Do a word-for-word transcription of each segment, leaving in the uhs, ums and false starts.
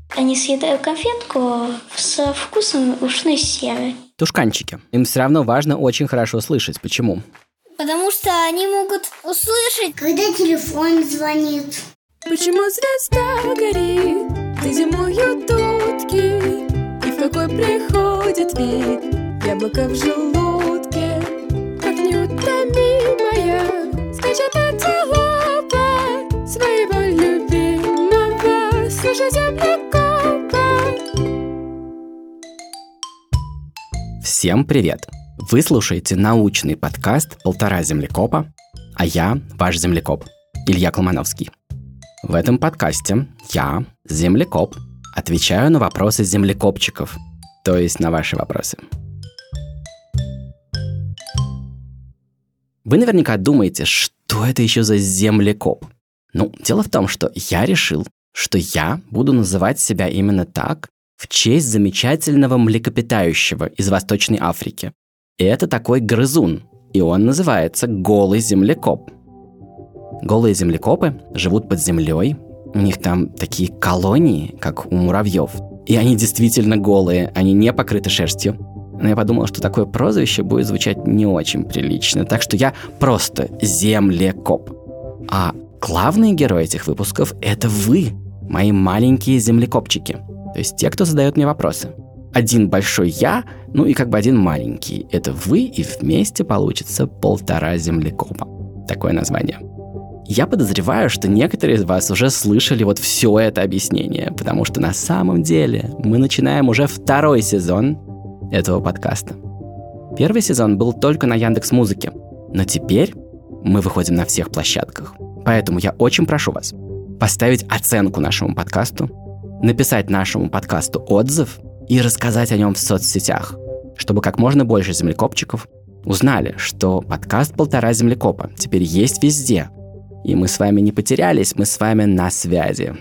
Они съедают конфетку со вкусом ушной серы. Тушканчики. Им все равно важно очень хорошо слышать. Почему? Потому что они могут услышать, когда телефон звонит. Почему звезда горит, где зимуют утки, и в какой приходит вид яблоко в желудке, как неутомимая скачет антилопа своего любимого, слушай, землекопа. Всем привет! Вы слушаете научный подкаст «Полтора землекопа», а я ваш землекоп Илья Колмановский. В этом подкасте я, землекоп, отвечаю на вопросы землекопчиков, то есть на ваши вопросы. Вы наверняка думаете, что это еще за землекоп? Ну, дело в том, что я решил, что я буду называть себя именно так в честь замечательного млекопитающего из Восточной Африки. И это такой грызун, и он называется голый землекоп. Голые землекопы живут под землей, у них там такие колонии, как у муравьев. И они действительно голые, они не покрыты шерстью. Но я подумал, что такое прозвище будет звучать не очень прилично, так что я просто землекоп. А главные герои этих выпусков — это вы, мои маленькие землекопчики. То есть те, кто задает мне вопросы. Один большой я, ну и как бы один маленький. Это вы, и вместе получится полтора землекопа. Такое название. Я подозреваю, что некоторые из вас уже слышали вот все это объяснение, потому что на самом деле мы начинаем уже второй сезон этого подкаста. Первый сезон был только на Яндекс.Музыке, но теперь мы выходим на всех площадках. Поэтому я очень прошу вас поставить оценку нашему подкасту, написать нашему подкасту отзыв и рассказать о нем в соцсетях, чтобы как можно больше землекопчиков узнали, что подкаст «Полтора землекопа» теперь есть везде. И мы с вами не потерялись, мы с вами на связи.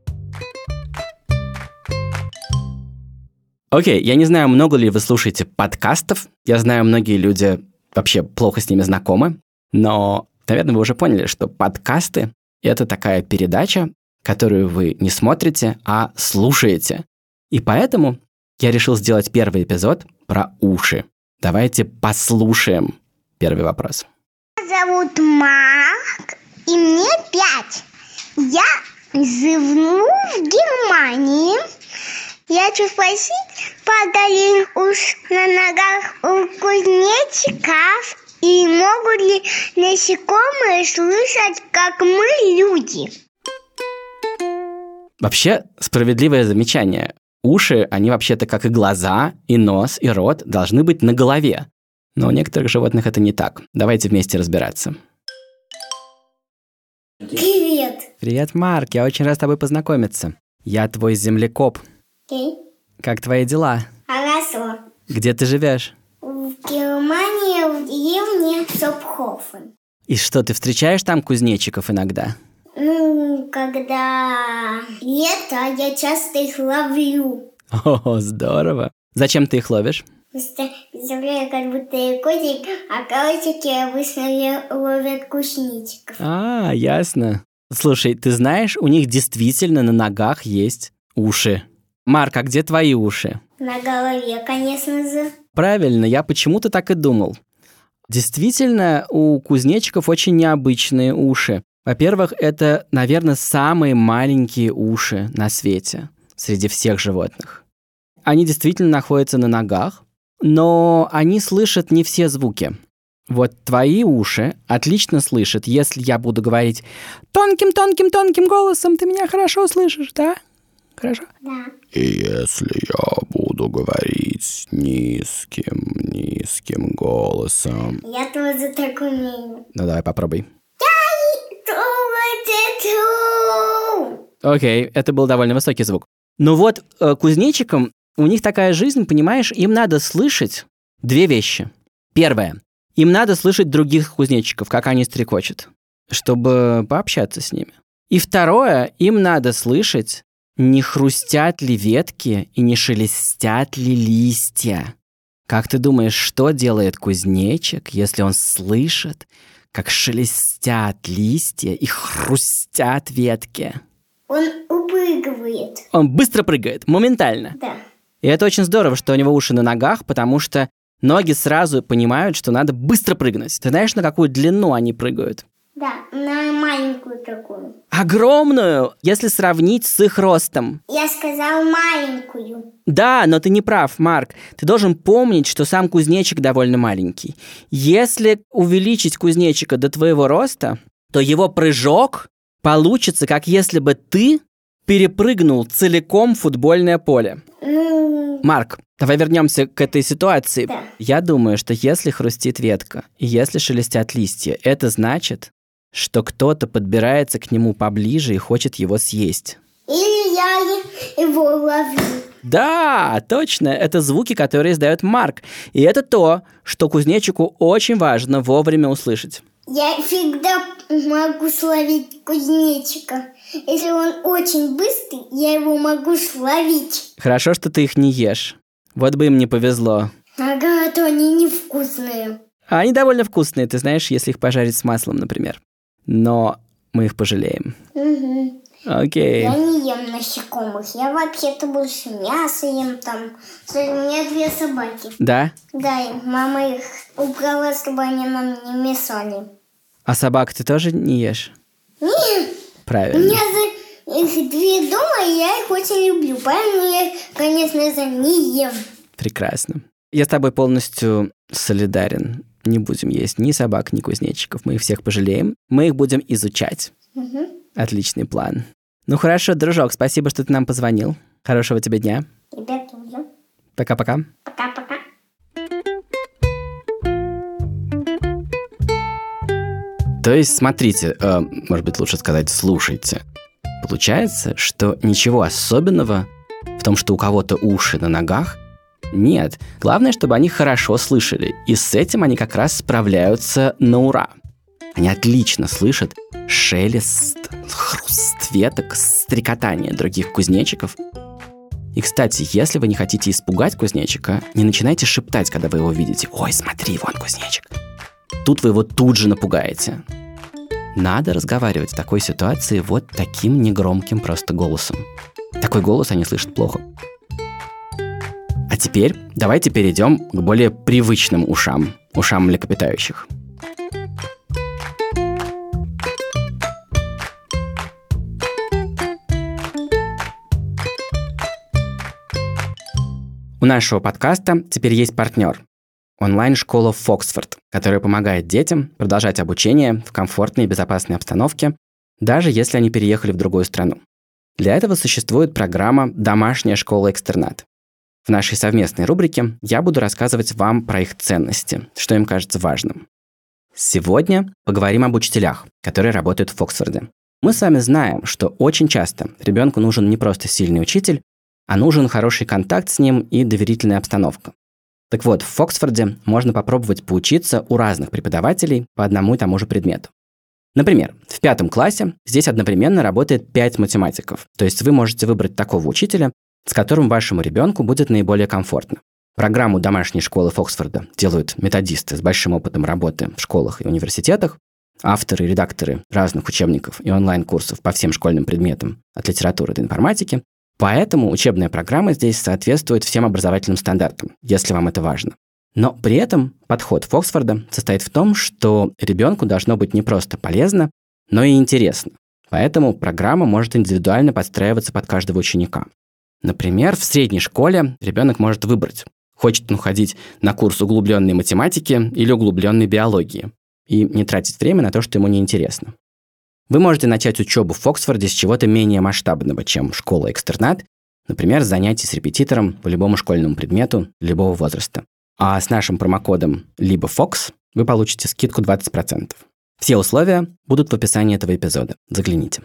Окей, я не знаю, много ли вы слушаете подкастов. Я знаю, многие люди вообще плохо с ними знакомы. Но, наверное, вы уже поняли, что подкасты — это такая передача, которую вы не смотрите, а слушаете. И поэтому я решил сделать первый эпизод про уши. Давайте послушаем первый вопрос. Меня зовут Марк, и мне пять. Я живу в Германии. Я хочу спросить, падали уж на ногах у кузнечиков, и могут ли насекомые слышать, как мы, люди? Вообще, справедливое замечание. Уши, они вообще-то, как и глаза, и нос, и рот, должны быть на голове. Но у некоторых животных это не так. Давайте вместе разбираться. привет. Привет, Марк, я очень рад с тобой познакомиться. Я твой землекоп. Окей. Как твои дела? Хорошо. Где ты живешь? В Германии, в деревне Сопхофен. И что, ты встречаешь там кузнечиков иногда? Ну, когда лето, я часто их ловлю. О, здорово. Зачем ты их ловишь? Просто представляю, как будто я котик, а котики обычно ловят кузнечиков. А, ясно. Слушай, ты знаешь, у них действительно на ногах есть уши. Марк, а где твои уши? На голове, конечно же. Правильно, я почему-то так и думал. Действительно, у кузнечиков очень необычные уши. Во-первых, это, наверное, самые маленькие уши на свете среди всех животных. Они действительно находятся на ногах, но они слышат не все звуки. Вот твои уши отлично слышат, если я буду говорить тонким-тонким-тонким голосом, ты меня хорошо слышишь, да? Хорошо? Да. И если я буду говорить низким-низким голосом... Я тоже так умею. Ну, давай попробуй. Окей, это был довольно высокий звук. Но вот э, кузнечикам, у них такая жизнь, понимаешь, им надо слышать две вещи. Первое. Им надо слышать других кузнечиков, как они стрекочут, чтобы пообщаться с ними. И второе, им надо слышать, не хрустят ли ветки и не шелестят ли листья. Как ты думаешь, что делает кузнечик, если он слышит, как шелестят листья и хрустят ветки? Он подпрыгивает. Он быстро прыгает, моментально. Да. И это очень здорово, что у него уши на ногах, потому что ноги сразу понимают, что надо быстро прыгнуть. Ты знаешь, на какую длину они прыгают? Да, на маленькую такую. Огромную, если сравнить с их ростом. Я сказала маленькую. Да, но ты не прав, Марк. Ты должен помнить, что сам кузнечик довольно маленький. Если увеличить кузнечика до твоего роста, то его прыжок получится, как если бы ты перепрыгнул целиком футбольное поле. Ну, Марк, давай вернемся к этой ситуации. Да. Я думаю, что если хрустит ветка, и если шелестят листья, это значит, что кто-то подбирается к нему поближе и хочет его съесть. или я его ловлю. Да, точно, это звуки, которые издает Марк. И это то, что кузнечику очень важно вовремя услышать. Я всегда могу словить кузнечика. Если он очень быстрый, я его могу словить. Хорошо, что ты их не ешь. Вот бы им не повезло. Ага, а то они невкусные. А они довольно вкусные, ты знаешь, если их пожарить с маслом, например. Но мы их пожалеем. Угу. Окей. Я не ем насекомых. Я вообще-то больше мясо ем там. Кстати, у меня две собаки. Да? Да, и мама их убрала, чтобы они нам не мешали. А собак ты тоже не ешь? Нет, у Правильно. меня за их две дома, и я их очень люблю. Поэтому я их, конечно же, не ем. Прекрасно. Я с тобой полностью солидарен. Не будем есть ни собак, ни кузнечиков. Мы их всех пожалеем. Мы их будем изучать. Угу. Отличный план. Ну хорошо, дружок, спасибо, что ты нам позвонил. Хорошего тебе дня. Тебя тоже. Пока-пока. Пока-пока. То есть, смотрите, э, может быть, лучше сказать, слушайте. Получается, что ничего особенного в том, что у кого-то уши на ногах, нет. Главное, чтобы они хорошо слышали. И с этим они как раз справляются на ура. Они отлично слышат шелест, хруст веток, стрекотание других кузнечиков. И, кстати, если вы не хотите испугать кузнечика, не начинайте шептать, когда вы его видите. «Ой, смотри, вон кузнечик». Тут вы его тут же напугаете. Надо разговаривать в такой ситуации вот таким негромким просто голосом. Такой голос они слышат плохо. А теперь давайте перейдем к более привычным ушам, ушам млекопитающих. У нашего подкаста теперь есть партнер – онлайн-школа Фоксфорд, которая помогает детям продолжать обучение в комфортной и безопасной обстановке, даже если они переехали в другую страну. Для этого существует программа «Домашняя школа-экстернат». В нашей совместной рубрике я буду рассказывать вам про их ценности, что им кажется важным. Сегодня поговорим об учителях, которые работают в Фоксфорде. Мы с вами знаем, что очень часто ребенку нужен не просто сильный учитель, а нужен хороший контакт с ним и доверительная обстановка. Так вот, в Фоксфорде можно попробовать поучиться у разных преподавателей по одному и тому же предмету. Например, в пятом классе здесь одновременно работает пять математиков, то есть вы можете выбрать такого учителя, с которым вашему ребенку будет наиболее комфортно. Программу домашней школы Фоксфорда делают методисты с большим опытом работы в школах и университетах, авторы и редакторы разных учебников и онлайн-курсов по всем школьным предметам, от литературы до информатики. Поэтому учебная программа здесь соответствует всем образовательным стандартам, если вам это важно. Но при этом подход Фоксфорда состоит в том, что ребенку должно быть не просто полезно, но и интересно. Поэтому программа может индивидуально подстраиваться под каждого ученика. Например, в средней школе ребенок может выбрать, хочет он ходить на курс углубленной математики или углубленной биологии, и не тратить время на то, что ему неинтересно. Вы можете начать учебу в Фоксфорде с чего-то менее масштабного, чем школа-экстернат, например, с занятий с репетитором по любому школьному предмету любого возраста. А с нашим промокодом либо Fox вы получите скидку двадцать процентов. Все условия будут в описании этого эпизода. Загляните.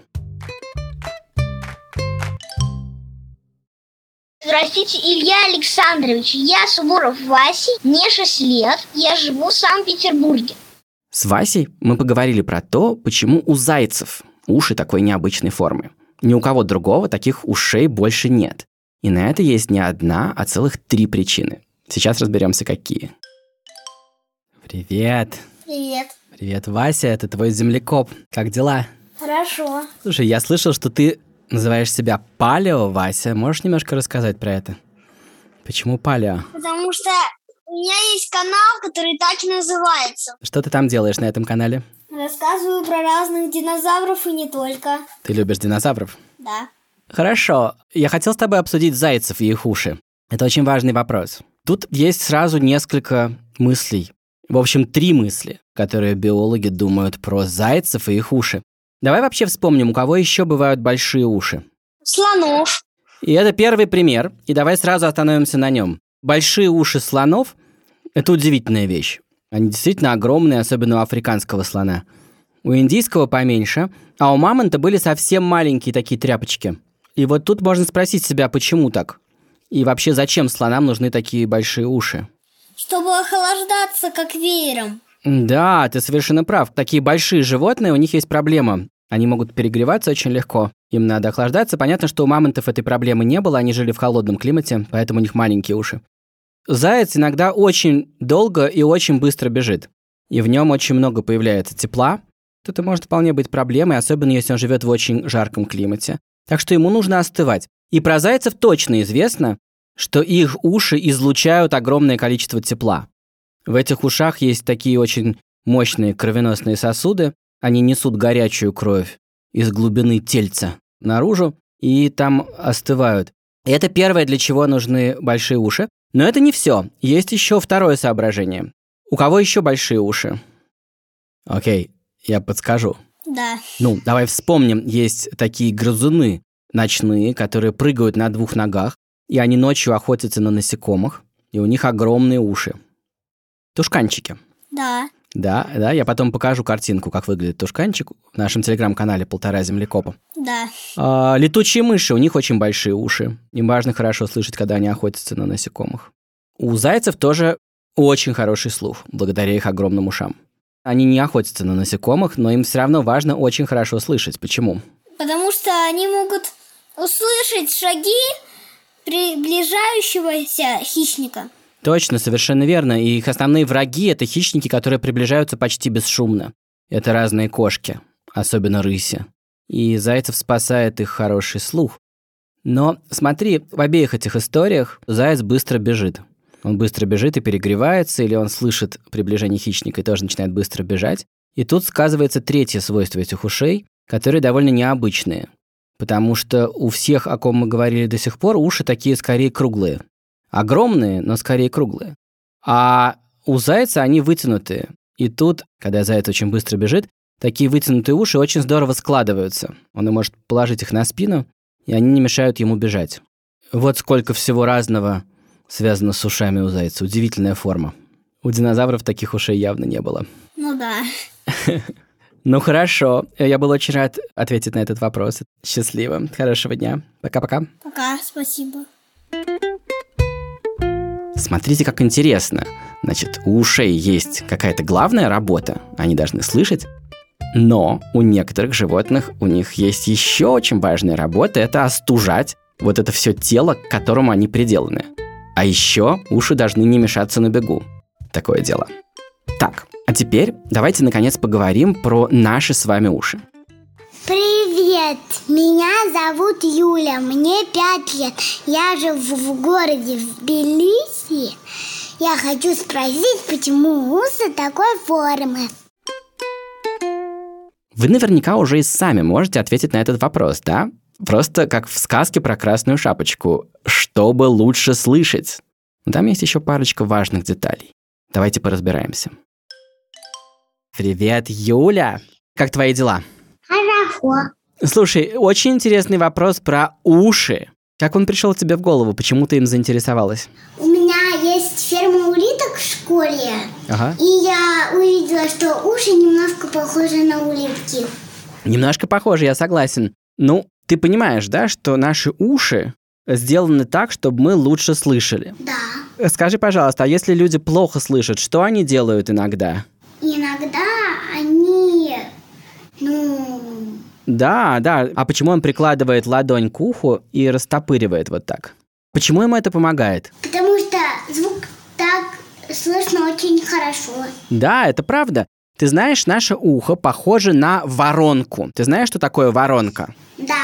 Здравствуйте, Илья Александрович. Я Суворов Вася, мне шесть лет. Я живу в Санкт-Петербурге. С Васей мы поговорили про то, почему у зайцев уши такой необычной формы. Ни у кого другого таких ушей больше нет. И на это есть не одна, а целых три причины. Сейчас разберемся, какие. Привет. Привет. Привет, Вася, это твой землекоп. Как дела? Хорошо. Слушай, я слышал, что ты называешь себя палео, Вася. Можешь немножко рассказать про это? Почему палео? Потому что у меня есть канал, который так и называется. Что ты там делаешь на этом канале? Рассказываю про разных динозавров и не только. Ты любишь динозавров? Да. Хорошо. Я хотел с тобой обсудить зайцев и их уши. Это очень важный вопрос. Тут есть сразу несколько мыслей. В общем, три мысли, которые биологи думают про зайцев и их уши. Давай вообще вспомним, у кого еще бывают большие уши. Слонов. И это первый пример, и давай сразу остановимся на нем. Большие уши слонов – это удивительная вещь. Они действительно огромные, особенно у африканского слона. У индийского поменьше, а у мамонта были совсем маленькие такие тряпочки. И вот тут можно спросить себя, почему так? И вообще, зачем слонам нужны такие большие уши? Чтобы охлаждаться, как веером. Да, ты совершенно прав. Такие большие животные, у них есть проблема. Они могут перегреваться очень легко. Им надо охлаждаться. Понятно, что у мамонтов этой проблемы не было, они жили в холодном климате, поэтому у них маленькие уши. Заяц иногда очень долго и очень быстро бежит. И в нем очень много появляется тепла. Это может вполне быть проблемой, особенно если он живет в очень жарком климате. Так что ему нужно остывать. И про зайцев точно известно, что их уши излучают огромное количество тепла. В этих ушах есть такие очень мощные кровеносные сосуды. Они несут горячую кровь из глубины тельца наружу и там остывают. И это первое, для чего нужны большие уши. Но это не все. Есть еще второе соображение. У кого еще большие уши? Окей, я подскажу. Да. Ну, давай вспомним. Есть такие грызуны ночные, которые прыгают на двух ногах, и они ночью охотятся на насекомых, и у них огромные уши. Тушканчики. Да. Да, да, я потом покажу картинку, как выглядит тушканчик в нашем телеграм-канале «Полтора землекопа». Да. А, летучие мыши, у них очень большие уши. Им важно хорошо слышать, когда они охотятся на насекомых. У зайцев тоже очень хороший слух, благодаря их огромным ушам. Они не охотятся на насекомых, но им все равно важно очень хорошо слышать. Почему? Потому что они могут услышать шаги приближающегося хищника. Точно, совершенно верно. И их основные враги – это хищники, которые приближаются почти бесшумно. Это разные кошки, особенно рыси. И зайцев спасает их хороший слух. Но смотри, в обеих этих историях заяц быстро бежит. Он быстро бежит и перегревается, или он слышит приближение хищника и тоже начинает быстро бежать. И тут сказывается третье свойство этих ушей, которые довольно необычные. Потому что у всех, о ком мы говорили до сих пор, уши такие скорее круглые. Огромные, но скорее круглые. А у зайца они вытянутые. И тут, когда заяц очень быстро бежит, такие вытянутые уши очень здорово складываются. Он может положить их на спину, и они не мешают ему бежать. Вот сколько всего разного связано с ушами у зайца. Удивительная форма. У динозавров таких ушей явно не было. Ну да. Ну хорошо. Я был очень рад ответить на этот вопрос. Счастливо. Хорошего дня. Пока-пока. Пока, спасибо. Смотрите, как интересно. Значит, у ушей есть какая-то главная работа, они должны слышать, но у некоторых животных у них есть еще очень важная работа, это остужать вот это все тело, к которому они приделаны. А еще уши должны не мешаться на бегу. Такое дело. Так, а теперь давайте наконец поговорим про наши с вами уши. Привет, меня зовут Юля, мне пять лет. Я живу в городе в Тбилиси. Я хочу спросить, почему усы такой формы? Вы наверняка уже и сами можете ответить на этот вопрос, да? Просто как в сказке про Красную Шапочку, чтобы лучше слышать. Но там есть еще парочка важных деталей. Давайте поразбираемся. Привет, Юля! Как твои дела? Хорошо. Слушай, очень интересный вопрос про уши. Как он пришел тебе в голову? Почему ты им заинтересовалась? У меня есть ферма улиток в школе. Ага. И я увидела, что уши немножко похожи на улитки. Немножко похоже, я согласен. Ну, ты понимаешь, да, что наши уши сделаны так, чтобы мы лучше слышали? Да. Скажи, пожалуйста, а если люди плохо слышат, что они делают иногда? Иногда они, ну... Да, да. А почему он прикладывает ладонь к уху и растопыривает вот так? Почему ему это помогает? Потому что звук так слышно очень хорошо. Да, это правда. Ты знаешь, наше ухо похоже на воронку. Ты знаешь, что такое воронка? Да.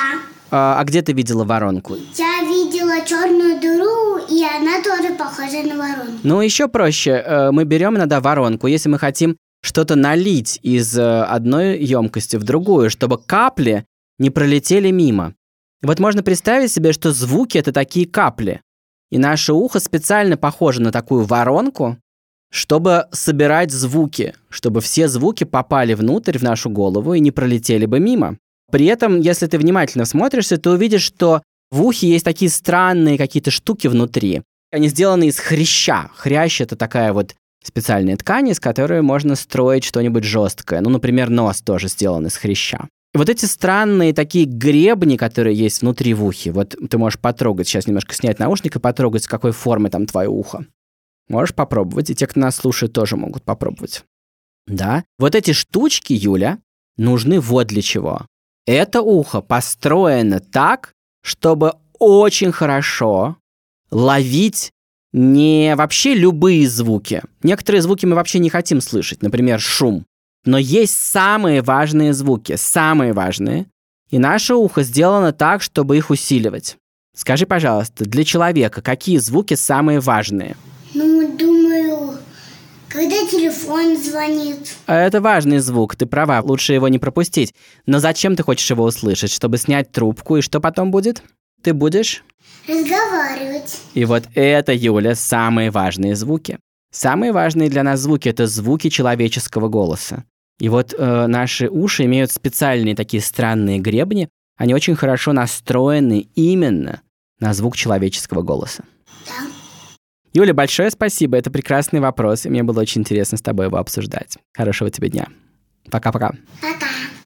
А, а где ты видела воронку? Я видела черную дыру, и она тоже похожа на воронку. Ну, еще проще. Мы берем иногда воронку, если мы хотим что-то налить из одной емкости в другую, чтобы капли не пролетели мимо. Вот можно представить себе, что звуки — это такие капли. И наше ухо специально похоже на такую воронку, чтобы собирать звуки, чтобы все звуки попали внутрь, в нашу голову, и не пролетели бы мимо. При этом, если ты внимательно смотришься, ты увидишь, что в ухе есть такие странные какие-то штуки внутри. Они сделаны из хряща. Хрящ — это такая вот специальная ткань, из которой можно строить что-нибудь жесткое. Ну, например, нос тоже сделан из хряща. И вот эти странные такие гребни, которые есть внутри в ухе, вот ты можешь потрогать, сейчас немножко снять наушник и потрогать, с какой формы там твое ухо. Можешь попробовать, и те, кто нас слушает, тоже могут попробовать. Да? Вот эти штучки, Юля, нужны вот для чего. Это ухо построено так, чтобы очень хорошо ловить не вообще любые звуки. Некоторые звуки мы вообще не хотим слышать, например, шум. Но есть самые важные звуки, самые важные. И наше ухо сделано так, чтобы их усиливать. Скажи, пожалуйста, для человека какие звуки самые важные? Ну, думаю, когда телефон звонит. Это важный звук, ты права, лучше его не пропустить. Но зачем ты хочешь его услышать? Чтобы снять трубку, и что потом будет? Ты будешь? Разговаривать. И вот это, Юля, самые важные звуки. Самые важные для нас звуки – это звуки человеческого голоса. И вот э, наши уши имеют специальные такие странные гребни. Они очень хорошо настроены именно на звук человеческого голоса. Да. Юля, большое спасибо. Это прекрасный вопрос, и мне было очень интересно с тобой его обсуждать. Хорошего тебе дня. Пока-пока. Пока.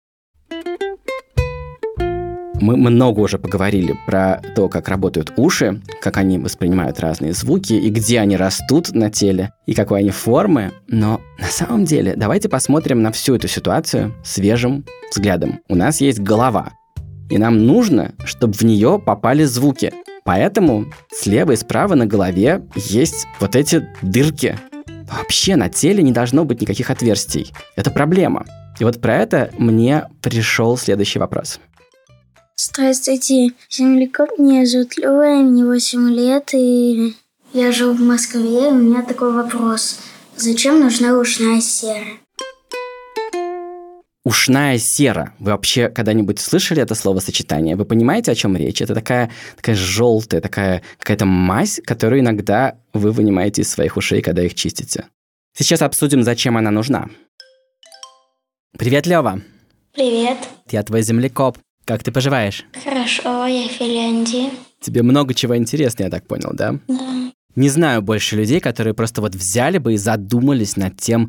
Мы много уже поговорили про то, как работают уши, как они воспринимают разные звуки, и где они растут на теле, и какой они формы. Но на самом деле давайте посмотрим на всю эту ситуацию свежим взглядом. У нас есть голова, и нам нужно, чтобы в нее попали звуки. Поэтому слева и справа на голове есть вот эти дырки. Вообще на теле не должно быть никаких отверстий. Это проблема. И вот про это мне пришел следующий вопрос. Здравствуйте, землекоп, меня зовут Лёва, мне восемь лет, и я живу в Москве, и у меня такой вопрос. Зачем нужна ушная сера? Ушная сера. Вы вообще когда-нибудь слышали это словосочетание? Вы понимаете, о чем речь? Это такая, такая желтая, такая какая-то мазь, которую иногда вы вынимаете из своих ушей, когда их чистите. Сейчас обсудим, зачем она нужна. Привет, Лёва. Привет. Я твой землекоп. Как ты поживаешь? Хорошо, я в Финляндии. Тебе много чего интересного, я так понял, да? Да. Не знаю больше людей, которые просто вот взяли бы и задумались над тем,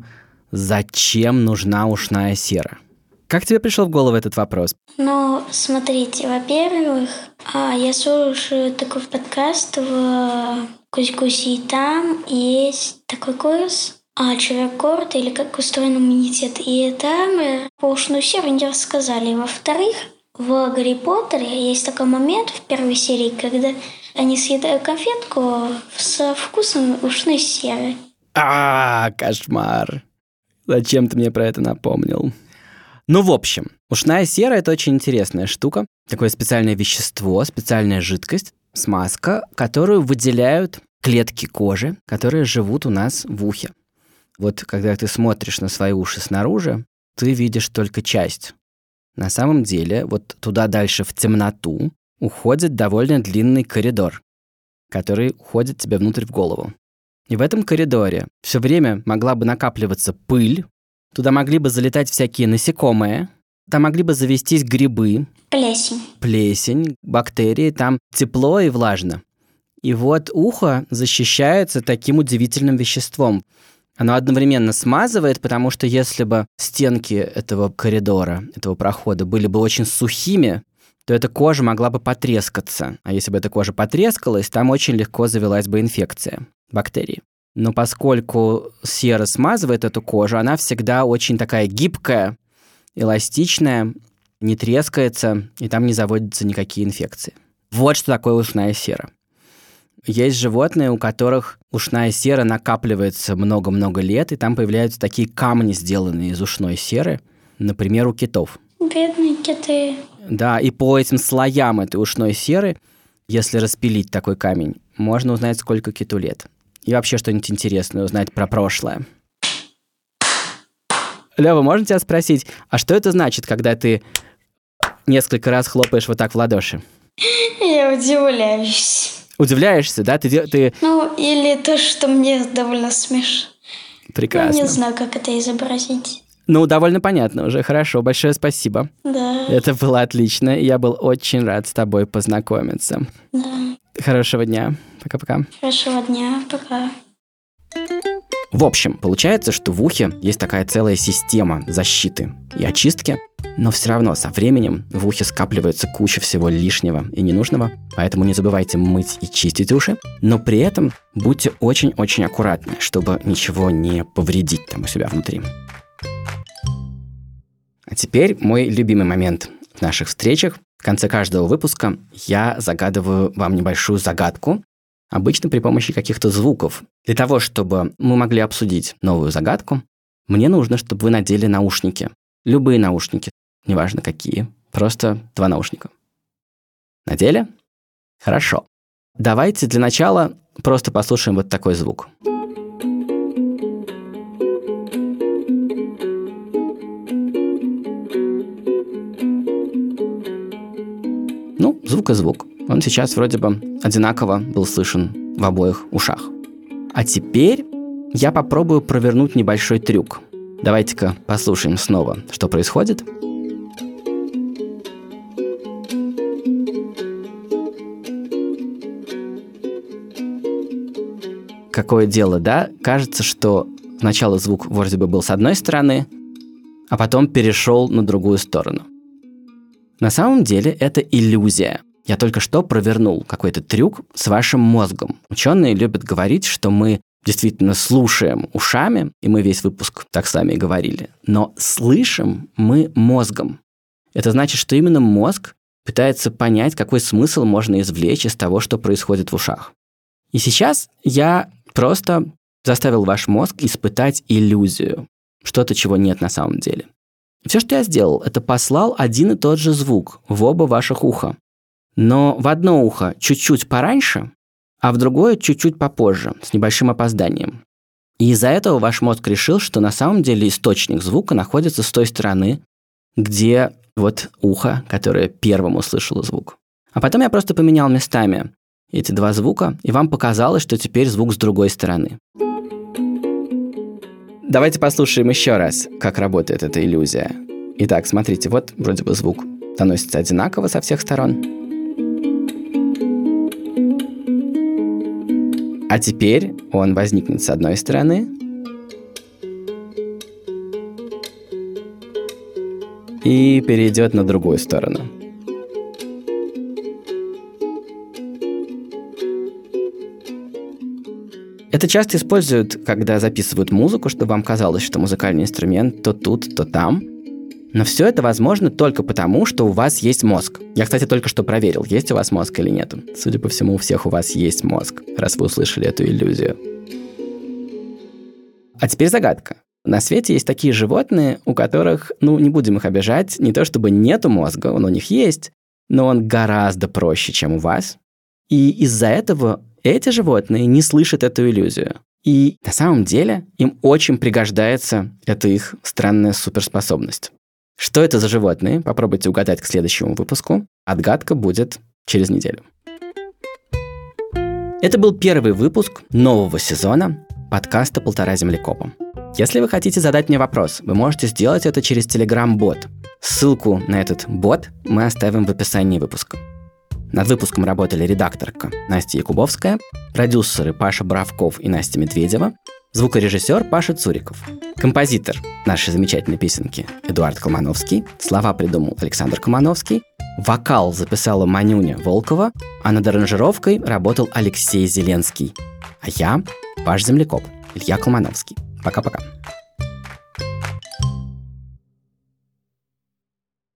зачем нужна ушная сера. Как тебе пришел в голову этот вопрос? Ну, смотрите, во-первых, а, я слушаю такой подкаст в Кусь-Куси, и там есть такой курс а, «Человек-город» или «Как устроен иммунитет». И там э, по ушную серу не рассказали. Во-вторых, в «Гарри Поттере» есть такой момент в первой серии, когда они съедают конфетку со вкусом ушной серы. А, кошмар. Зачем ты мне про это напомнил? Ну, в общем, ушная сера – это очень интересная штука. Такое специальное вещество, специальная жидкость, смазка, которую выделяют клетки кожи, которые живут у нас в ухе. Вот когда ты смотришь на свои уши снаружи, ты видишь только часть. На самом деле, вот туда дальше в темноту уходит довольно длинный коридор, который уходит тебе внутрь в голову. И в этом коридоре все время могла бы накапливаться пыль, туда могли бы залетать всякие насекомые, там могли бы завестись грибы. Плесень. Плесень, бактерии, там тепло и влажно. И вот ухо защищается таким удивительным веществом. Оно одновременно смазывает, потому что если бы стенки этого коридора, этого прохода были бы очень сухими, то эта кожа могла бы потрескаться. А если бы эта кожа потрескалась, там очень легко завелась бы инфекция, бактерии. Но поскольку сера смазывает эту кожу, она всегда очень такая гибкая, эластичная, не трескается, и там не заводятся никакие инфекции. Вот что такое ушная сера. Есть животные, у которых ушная сера накапливается много-много лет, и там появляются такие камни, сделанные из ушной серы, например, у китов. Бедные киты. Да, и по этим слоям этой ушной серы, если распилить такой камень, можно узнать, сколько киту лет. И вообще что-нибудь интересное узнать про прошлое. Лёва, можно тебя спросить, а что это значит, когда ты несколько раз хлопаешь вот так в ладоши? Я удивляюсь. Удивляешься, да? Ты, ты... Ну, или то, что мне довольно смешно. Прекрасно. Я не знаю, как это изобразить. Ну, довольно понятно уже, хорошо, большое спасибо. Да. Это было отлично, и я был очень рад с тобой познакомиться. Да. Хорошего дня. Пока-пока. Хорошего дня. Пока. В общем, получается, что в ухе есть такая целая система защиты и очистки, но все равно со временем в ухе скапливается куча всего лишнего и ненужного, поэтому не забывайте мыть и чистить уши, но при этом будьте очень-очень аккуратны, чтобы ничего не повредить там у себя внутри. А теперь мой любимый момент в наших встречах. В конце каждого выпуска я загадываю вам небольшую загадку, обычно при помощи каких-то звуков. Для того, чтобы мы могли обсудить новую загадку, мне нужно, чтобы вы надели наушники. Любые наушники, неважно какие, просто два наушника. Надели? Хорошо. Давайте для начала просто послушаем вот такой звук. Ну, звук и звук. Он сейчас вроде бы одинаково был слышен в обоих ушах. А теперь я попробую провернуть небольшой трюк. Давайте-ка послушаем снова, что происходит. Какое дело, да? Кажется, что сначала звук вроде бы был с одной стороны, а потом перешел на другую сторону. На самом деле это иллюзия. Я только что провернул какой-то трюк с вашим мозгом. Ученые любят говорить, что мы действительно слушаем ушами, и мы весь выпуск так с вами и говорили, но слышим мы мозгом. Это значит, что именно мозг пытается понять, какой смысл можно извлечь из того, что происходит в ушах. И сейчас я просто заставил ваш мозг испытать иллюзию, что-то, чего нет на самом деле. И все, что я сделал, это послал один и тот же звук в оба ваших уха. Но в одно ухо чуть-чуть пораньше, а в другое чуть-чуть попозже, с небольшим опозданием. И из-за этого ваш мозг решил, что на самом деле источник звука находится с той стороны, где вот ухо, которое первым услышало звук. А потом я просто поменял местами эти два звука, и вам показалось, что теперь звук с другой стороны. Давайте послушаем еще раз, как работает эта иллюзия. Итак, смотрите, вот вроде бы звук доносится одинаково со всех сторон. А теперь он возникнет с одной стороны и перейдет на другую сторону. Это часто используют, когда записывают музыку, чтобы вам казалось, что музыкальный инструмент то тут, то там. Но все это возможно только потому, что у вас есть мозг. Я, кстати, только что проверил, есть у вас мозг или нет. Судя по всему, у всех у вас есть мозг, раз вы услышали эту иллюзию. А теперь загадка. На свете есть такие животные, у которых, ну, не будем их обижать, не то чтобы нету мозга, он у них есть, но он гораздо проще, чем у вас. И из-за этого эти животные не слышат эту иллюзию. И на самом деле им очень пригождается эта их странная суперспособность. Что это за животные? Попробуйте угадать к следующему выпуску. Отгадка будет через неделю. Это был первый выпуск нового сезона подкаста «Полтора землекопа». Если вы хотите задать мне вопрос, вы можете сделать это через Telegram-бот. Ссылку на этот бот мы оставим в описании выпуска. Над выпуском работали редакторка Настя Якубовская, продюсеры Паша Боровков и Настя Медведева, звукорежиссер Паша Цуриков, композитор нашей замечательной песенки Эдуард Колмановский, слова придумал Александр Колмановский, вокал записала Манюня Волкова, а над аранжировкой работал Алексей Зеленский. А я Паш Землекоп, Илья Колмановский. Пока-пока.